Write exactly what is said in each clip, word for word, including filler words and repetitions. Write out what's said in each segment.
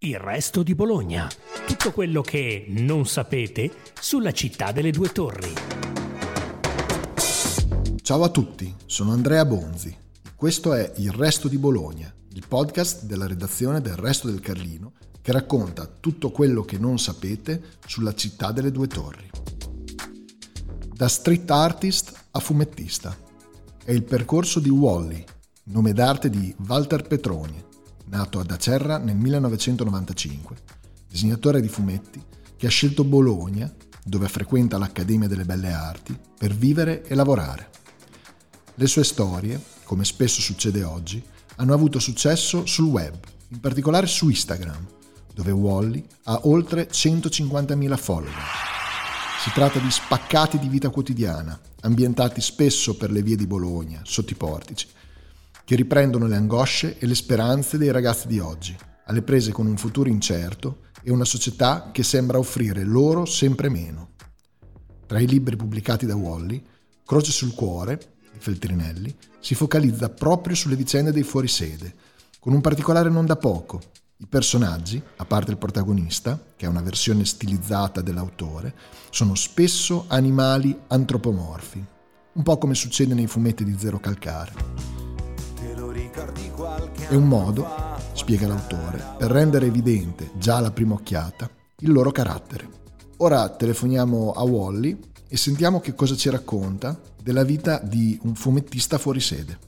Il resto di Bologna. Tutto quello che non sapete sulla città delle due torri. Ciao a tutti, sono Andrea Bonzi. Questo è Il resto di Bologna, il podcast della redazione del Resto del Carlino che racconta tutto quello che non sapete sulla città delle due torri. Da street artist a fumettista. È il percorso di Wally, nome d'arte di Walter Petroni, nato ad Acerra nel millenovecentonovantacinque, disegnatore di fumetti che ha scelto Bologna, dove frequenta l'Accademia delle Belle Arti, per vivere e lavorare. Le sue storie, come spesso succede oggi, hanno avuto successo sul web, in particolare su Instagram, dove Wally ha oltre centocinquantamila follower. Si tratta di spaccati di vita quotidiana, ambientati spesso per le vie di Bologna, sotto i portici, che riprendono le angosce e le speranze dei ragazzi di oggi, alle prese con un futuro incerto e una società che sembra offrire loro sempre meno. Tra i libri pubblicati da Wally, Croce sul cuore, di Feltrinelli, si focalizza proprio sulle vicende dei fuorisede, con un particolare non da poco. I personaggi, a parte il protagonista, che è una versione stilizzata dell'autore, sono spesso animali antropomorfi, un po' come succede nei fumetti di Zero Calcare. È un modo, spiega l'autore, per rendere evidente, già alla prima occhiata, il loro carattere. Ora telefoniamo a Wally e sentiamo che cosa ci racconta della vita di un fumettista fuori sede.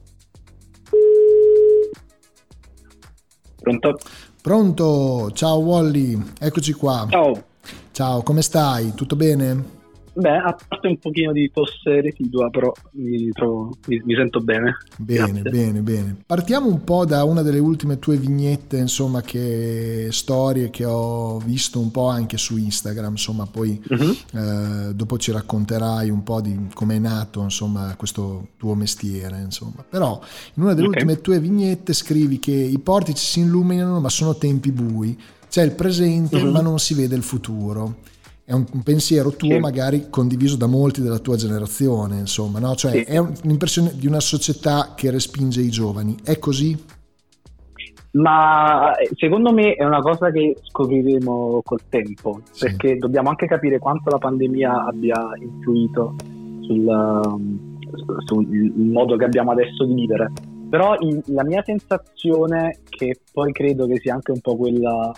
Pronto? Pronto, ciao Wally, eccoci qua. Ciao. Ciao, come stai? Tutto bene? Beh, a parte un pochino di tosse residua, però mi, trovo, mi, mi sento bene. Bene, Grazie. bene, bene. Partiamo un po' da una delle ultime tue vignette, insomma, che storie che ho visto un po' anche su Instagram, insomma, poi uh-huh. eh, dopo ci racconterai un po' di come è nato, insomma, questo tuo mestiere, insomma. Però in una delle okay. ultime tue vignette scrivi che i portici si illuminano, ma sono tempi bui. C'è il presente, uh-huh. ma non si vede il futuro. È un, un pensiero tuo sì. magari condiviso da molti della tua generazione, insomma, no? Cioè sì. è un, un'impressione di una società che respinge i giovani. È così? Ma secondo me è una cosa che scopriremo col tempo, sì. perché dobbiamo anche capire quanto la pandemia abbia influito sul, sul modo che abbiamo adesso di vivere. Però in, la mia sensazione, che poi credo che sia anche un po' quella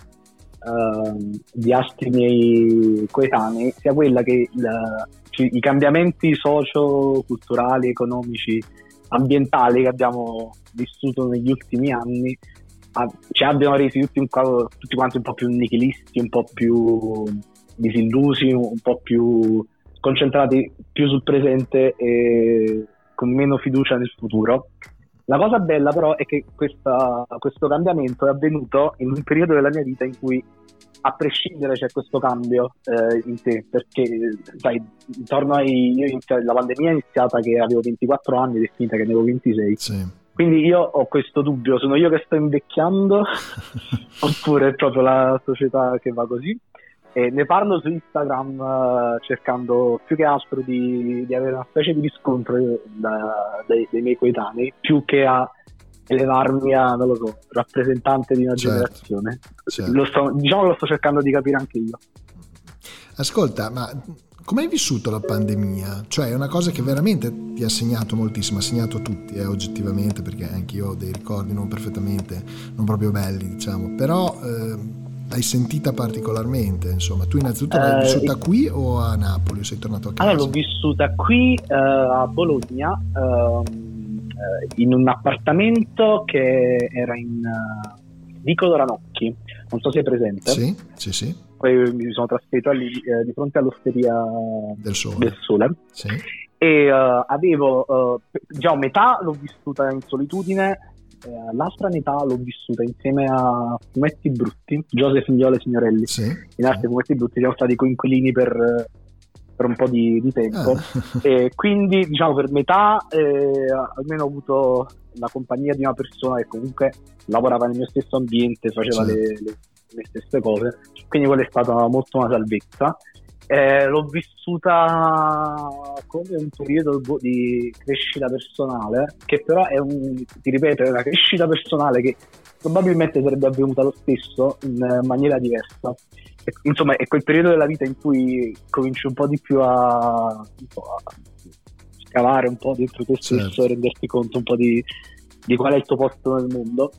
Uh, di altri miei coetanei, sia quella che il, cioè, i cambiamenti socio-culturali, economici, ambientali che abbiamo vissuto negli ultimi anni a, ci abbiano resi tutti, un, tutti quanti un po' più nichilisti, un po' più disillusi, un po' più concentrati più sul presente e con meno fiducia nel futuro. La cosa bella però è che questa, questo cambiamento è avvenuto in un periodo della mia vita in cui, a prescindere, c'è questo cambio eh, in te, perché sai, intorno ai io inizio, la pandemia è iniziata che avevo ventiquattro anni ed è finita che ne avevo ventisei. Sì. Quindi io ho questo dubbio, sono io che sto invecchiando oppure è proprio la società che va così? E ne parlo su Instagram uh, cercando più che altro di, di avere una specie di riscontro da, dai, dai miei coetanei, più che a elevarmi a, non lo so, rappresentante di una certo, generazione. Certo. Lo sto, diciamo che lo sto cercando di capire anche io. Ascolta, ma come hai vissuto la pandemia? Cioè è una cosa che veramente ti ha segnato moltissimo, ha segnato tutti eh, oggettivamente, perché anche io ho dei ricordi non perfettamente, non proprio belli, diciamo, però... Eh, l'hai sentita particolarmente, insomma. Tu innanzitutto l'hai uh, vissuta qui o a Napoli? O sei tornato a casa? Allora, l'ho vissuta qui uh, a Bologna, uh, in un appartamento che era in uh, Vicolo Ranocchi, non so se è presente. Sì, sì, sì. Poi mi sono trasferito lì, eh, di fronte all'Osteria del Sole. Del Sole. Sì. E uh, avevo, uh, già metà l'ho vissuta in solitudine, Eh, l'altra metà l'ho vissuta insieme a Fumetti Brutti, Joseph Migliole Signorelli. Sì, in arte sì. Fumetti Brutti siamo stati coinquilini per, per un po' di, di tempo ah. e quindi diciamo per metà eh, almeno ho avuto la compagnia di una persona che comunque lavorava nel mio stesso ambiente, faceva certo. le, le, le stesse cose, quindi quella è stata molto una salvezza. Eh, l'ho vissuta come un periodo di crescita personale, che però è un, ti ripeto, è una crescita personale che probabilmente sarebbe avvenuta lo stesso in maniera diversa. E, insomma, è quel periodo della vita in cui cominci un po' di più a, un po' a scavare un po' dentro te stesso, certo, e renderti conto un po' di, di qual è il tuo posto nel mondo.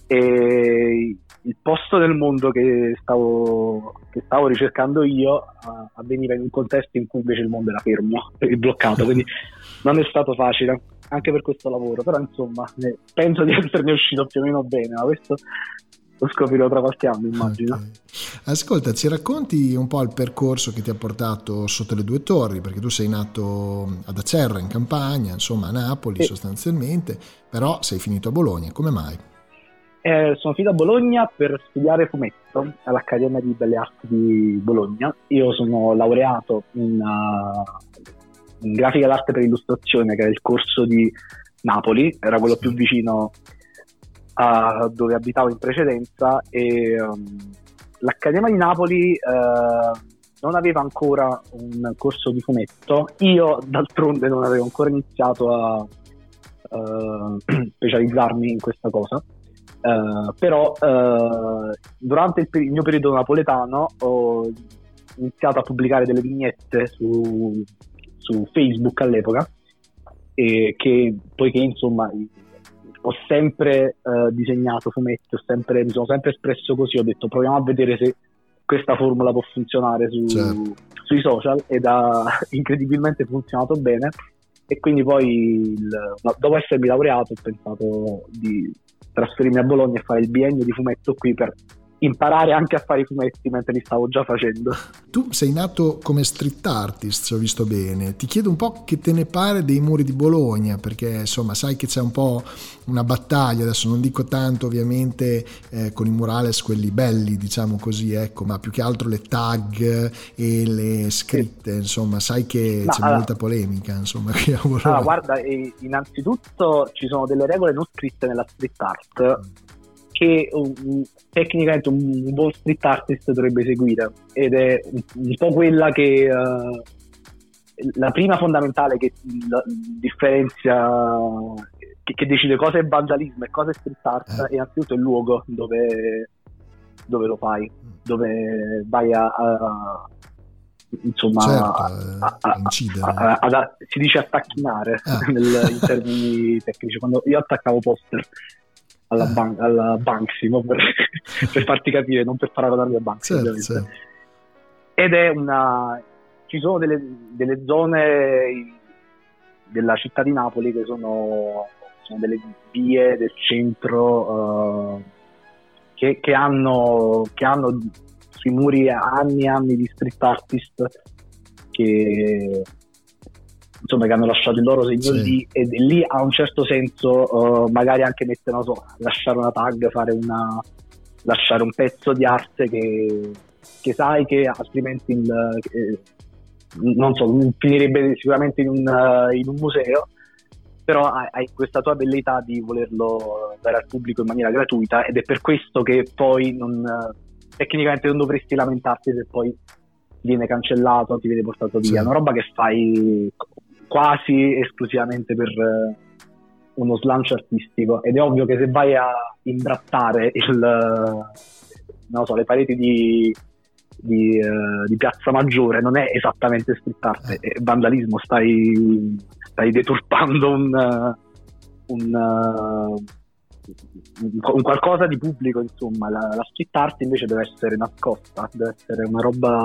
E il posto nel mondo che stavo, che stavo ricercando io uh, avveniva in un contesto in cui invece il mondo era fermo e bloccato, quindi non è stato facile anche per questo lavoro, però insomma eh, penso di esserne uscito più o meno bene, ma questo lo scoprirò tra qualche anno, immagino. Okay. Ascolta, ci racconti un po' il percorso che ti ha portato sotto le due torri, perché tu sei nato ad Acerra in Campania, insomma a Napoli, sì, sostanzialmente, però sei finito a Bologna, come mai? Eh, sono finito a Bologna per studiare fumetto all'Accademia di Belle Arti di Bologna. Io sono laureato in, uh, in grafica d'arte per illustrazione, che è il corso di Napoli, era quello più vicino a dove abitavo in precedenza, e um, l'Accademia di Napoli uh, non aveva ancora un corso di fumetto. Io d'altronde non avevo ancora iniziato a uh, specializzarmi in questa cosa. Uh, però uh, durante il, per- il mio periodo napoletano ho iniziato a pubblicare delle vignette su, su Facebook all'epoca, e che poiché insomma ho sempre uh, disegnato fumetti, ho sempre, mi sono sempre espresso così, ho detto proviamo a vedere se questa formula può funzionare su, certo, sui social, ed ha incredibilmente funzionato bene. E quindi poi il, dopo essermi laureato ho pensato di trasferirmi a Bologna e fare il biennio di fumetto qui per imparare anche a fare i fumetti mentre li stavo già facendo. Tu sei nato come street artist, se ho visto bene. Ti chiedo un po' che te ne pare dei muri di Bologna, perché insomma sai che c'è un po' una battaglia, adesso non dico tanto ovviamente eh, con i murales quelli belli, diciamo così, ecco, ma più che altro le tag e le scritte, sì, insomma sai che ma, c'è allora, molta polemica insomma qui a Bologna. Allora, guarda, innanzitutto ci sono delle regole non scritte nella street art che um, tecnicamente un, un buon street artist dovrebbe seguire, ed è un, un po' quella che uh, la prima fondamentale che la, differenzia, che, che decide cosa è vandalismo e cosa è street art, eh. è innanzitutto il luogo dove, dove lo fai, dove vai a, a insomma certo, a, a, a incidere, a, a, a, si dice attacchinare ah. nel, in termini tecnici. Quando io attaccavo poster alla, ban- alla Banksy, no? per, per farti capire, non per paragonarmi a Banksy, certo, certo. Ed è una, ci sono delle, delle zone della città di Napoli che sono, sono delle vie del centro uh, che, che hanno che hanno sui muri anni e anni di street artist che insomma che hanno lasciato il loro segno, sì, lì, e lì ha un certo senso uh, magari anche mettere, non so, lasciare una tag, fare una lasciare un pezzo di arte che, che sai che altrimenti il, eh, non so, finirebbe sicuramente in un, uh, in un museo, però hai, hai questa tua bellezza di volerlo dare al pubblico in maniera gratuita, ed è per questo che poi non, uh, tecnicamente non dovresti lamentarti se poi viene cancellato, ti viene portato via, sì, una roba che fai quasi esclusivamente per uh, uno slancio artistico. Ed è ovvio che se vai a imbrattare il, uh, non so, le pareti di, di, uh, di Piazza Maggiore, non è esattamente street art, è vandalismo, stai, stai deturpando un, uh, un, uh, un qualcosa di pubblico, insomma. La, la street art invece deve essere nascosta, deve essere una roba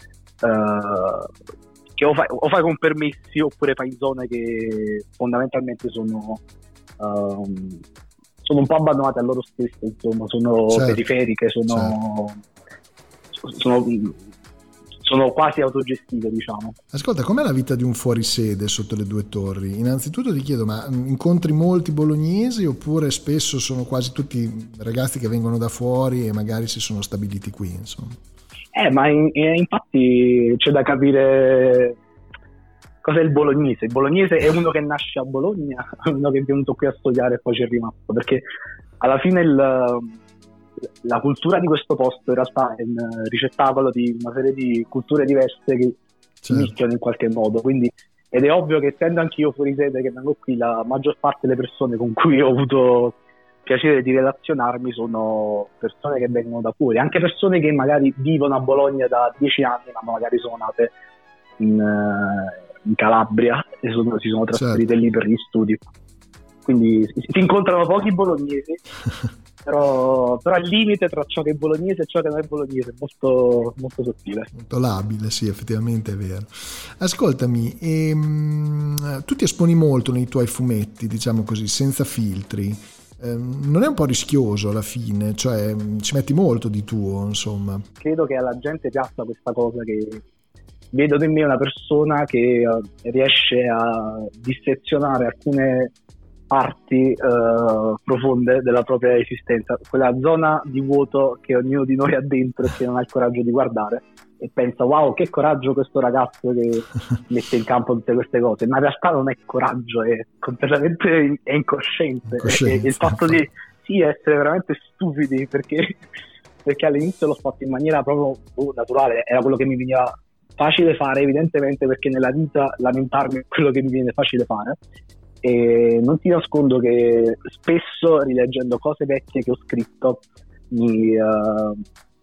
uh, che o fai, o fai con permessi, oppure fai in zone che fondamentalmente sono um, sono un po' abbandonate a loro stesse, insomma, sono, certo, periferiche, sono, certo, sono sono quasi autogestive, diciamo. Ascolta, com'è la vita di un fuorisede sotto le due torri? Innanzitutto ti chiedo, ma incontri molti bolognesi oppure spesso sono quasi tutti ragazzi che vengono da fuori e magari si sono stabiliti qui, insomma? Eh, ma in, infatti c'è da capire cos'è il bolognese. Il bolognese è uno che nasce a Bologna, uno che è venuto qui a studiare e poi ci è rimasto, perché alla fine il, la cultura di questo posto in realtà è un ricettacolo di una serie di culture diverse che si certo. mischiano in qualche modo, quindi, ed è ovvio che essendo anch'io fuori sede che vengo qui, la maggior parte delle persone con cui ho avuto piacere di relazionarmi sono persone che vengono da fuori, anche persone che magari vivono a Bologna da dieci anni, ma magari sono nate in, in Calabria e sono, si sono trasferite certo. lì per gli studi. Quindi si, si incontrano pochi bolognesi, però, però al limite tra ciò che è bolognese e ciò che non è bolognese, molto, molto sottile. Molto labile, sì, effettivamente è vero. Ascoltami, ehm, tu ti esponi molto nei tuoi fumetti, diciamo così, senza filtri. Ehm, non è un po' rischioso alla fine? Cioè, ci metti molto di tuo, insomma. Credo che alla gente piaccia questa cosa, che vedo in me una persona che uh, riesce a dissezionare alcune parti uh, profonde della propria esistenza, quella zona di vuoto che ognuno di noi ha dentro e che non ha il coraggio di guardare, e pensa wow, che coraggio questo ragazzo che mette in campo tutte queste cose, ma in realtà non è coraggio, è completamente è incosciente, è il fatto di sì, essere veramente stupidi, perché, perché all'inizio l'ho fatto in maniera proprio oh, naturale, era quello che mi veniva facile fare, evidentemente, perché nella vita lamentarmi è quello che mi viene facile fare. E non ti nascondo che spesso, rileggendo cose vecchie che ho scritto, mi, uh,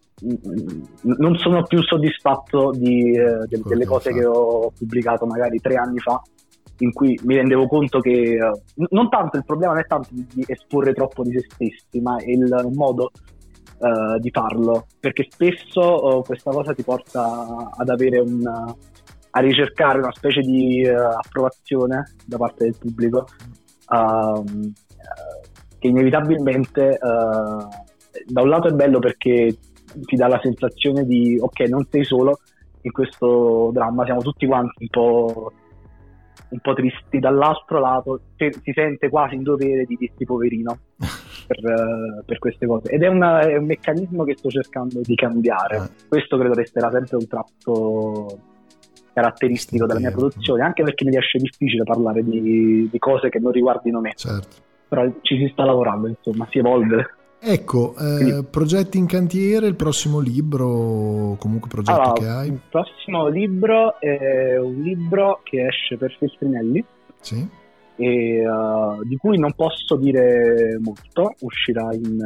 non sono più soddisfatto di, uh, de- delle cose che ho pubblicato magari tre anni fa, in cui mi rendevo conto che uh, non tanto il problema non è tanto di, di esporre troppo di se stessi, ma il modo uh, di farlo, perché spesso uh, questa cosa ti porta ad avere un uh, a ricercare una specie di uh, approvazione da parte del pubblico, uh, che inevitabilmente uh, da un lato è bello perché ti dà la sensazione di ok, non sei solo in questo dramma, siamo tutti quanti un po', un po' tristi, dall'altro lato si sente quasi in dovere di dirti poverino per, uh, per queste cose, ed è, una, è un meccanismo che sto cercando di cambiare. Questo credo resterà sempre un tratto caratteristico della mia produzione, anche perché mi riesce difficile parlare di, di cose che non riguardino me. Certo. Però ci si sta lavorando, insomma, si evolve. Ecco, eh, progetti in cantiere, il prossimo libro, comunque progetti allora, che hai? Il prossimo libro è un libro che esce per Feltrinelli, sì. e uh, di cui non posso dire molto, uscirà in,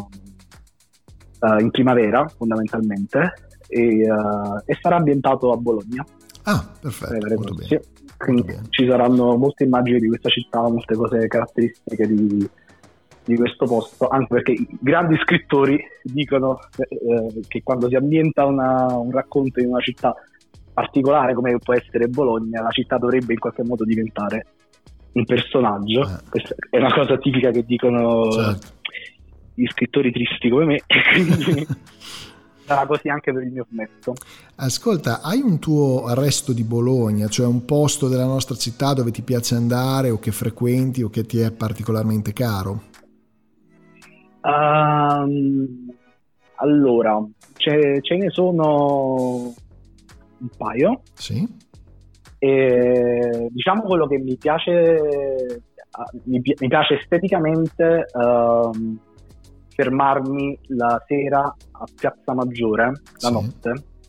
uh, uh, in primavera fondamentalmente, e, uh, e sarà ambientato a Bologna. Ah, perfetto, molto bene. Quindi molto bene. Ci saranno molte immagini di questa città, molte cose caratteristiche di, di questo posto, anche perché i grandi scrittori dicono eh, che quando si ambienta una, un racconto in una città particolare come può essere Bologna, la città dovrebbe in qualche modo diventare un personaggio. Eh. Questa è una cosa tipica che dicono certo. gli scrittori tristi come me, quindi sarà così anche per il mio fumetto. Ascolta, hai un tuo resto di Bologna, cioè un posto della nostra città dove ti piace andare o che frequenti o che ti è particolarmente caro? Um, allora, ce, ce ne sono un paio. Sì. E, diciamo quello che mi piace, mi, mi piace esteticamente. Um, fermarmi la sera a Piazza Maggiore, la sì. notte,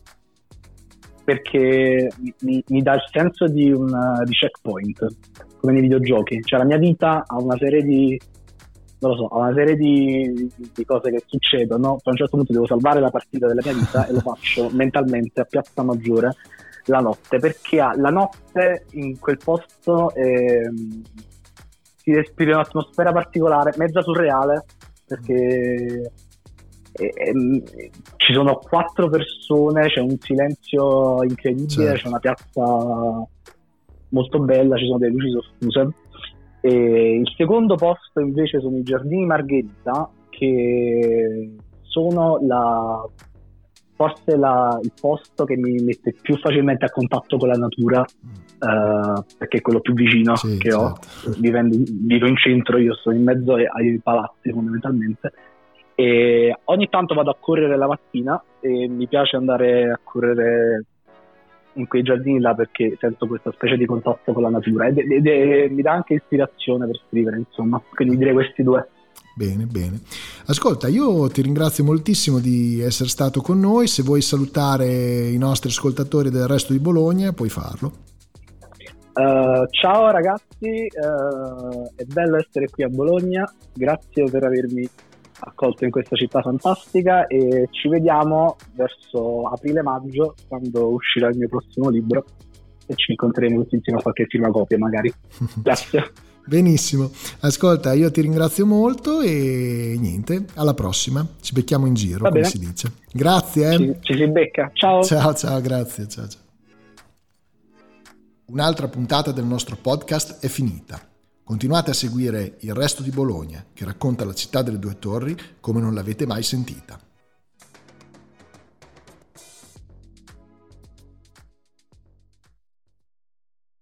perché mi, mi dà il senso di un di checkpoint, come nei videogiochi. Cioè la mia vita ha una serie di non lo so, ha una serie di, di cose che succedono, a un certo punto devo salvare la partita della mia vita e lo faccio mentalmente a Piazza Maggiore la notte, perché la notte in quel posto eh, si respira un'atmosfera particolare, mezza surreale, perché e, e, ci sono quattro persone, c'è un silenzio incredibile, certo. C'è una piazza molto bella, ci sono delle luci soffuse. E il secondo posto invece sono i Giardini Margherita, che sono la forse la, il posto che mi mette più facilmente a contatto con la natura, uh, perché è quello più vicino sì, che ho, certo. Vivendo, vivo in centro, io sto in mezzo ai, ai palazzi fondamentalmente, e ogni tanto vado a correre la mattina e mi piace andare a correre in quei giardini là perché sento questa specie di contatto con la natura ed, ed, ed mi dà anche ispirazione per scrivere, insomma, quindi direi questi due. Bene, bene. Ascolta, io ti ringrazio moltissimo di essere stato con noi. Se vuoi salutare i nostri ascoltatori del resto di Bologna, puoi farlo. Uh, ciao ragazzi, uh, è bello essere qui a Bologna, grazie per avermi accolto in questa città fantastica e ci vediamo verso aprile-maggio quando uscirà il mio prossimo libro e ci incontreremo tutti insieme a qualche firmacopia magari. Grazie. Benissimo, ascolta, io ti ringrazio molto e niente, alla prossima, ci becchiamo in giro, Va come bene. si dice. Grazie. Eh. Ci, ci si becca, ciao. Ciao, ciao, grazie, ciao, ciao. Un'altra puntata del nostro podcast è finita. Continuate a seguire Il Resto di Bologna, che racconta la città delle due torri come non l'avete mai sentita.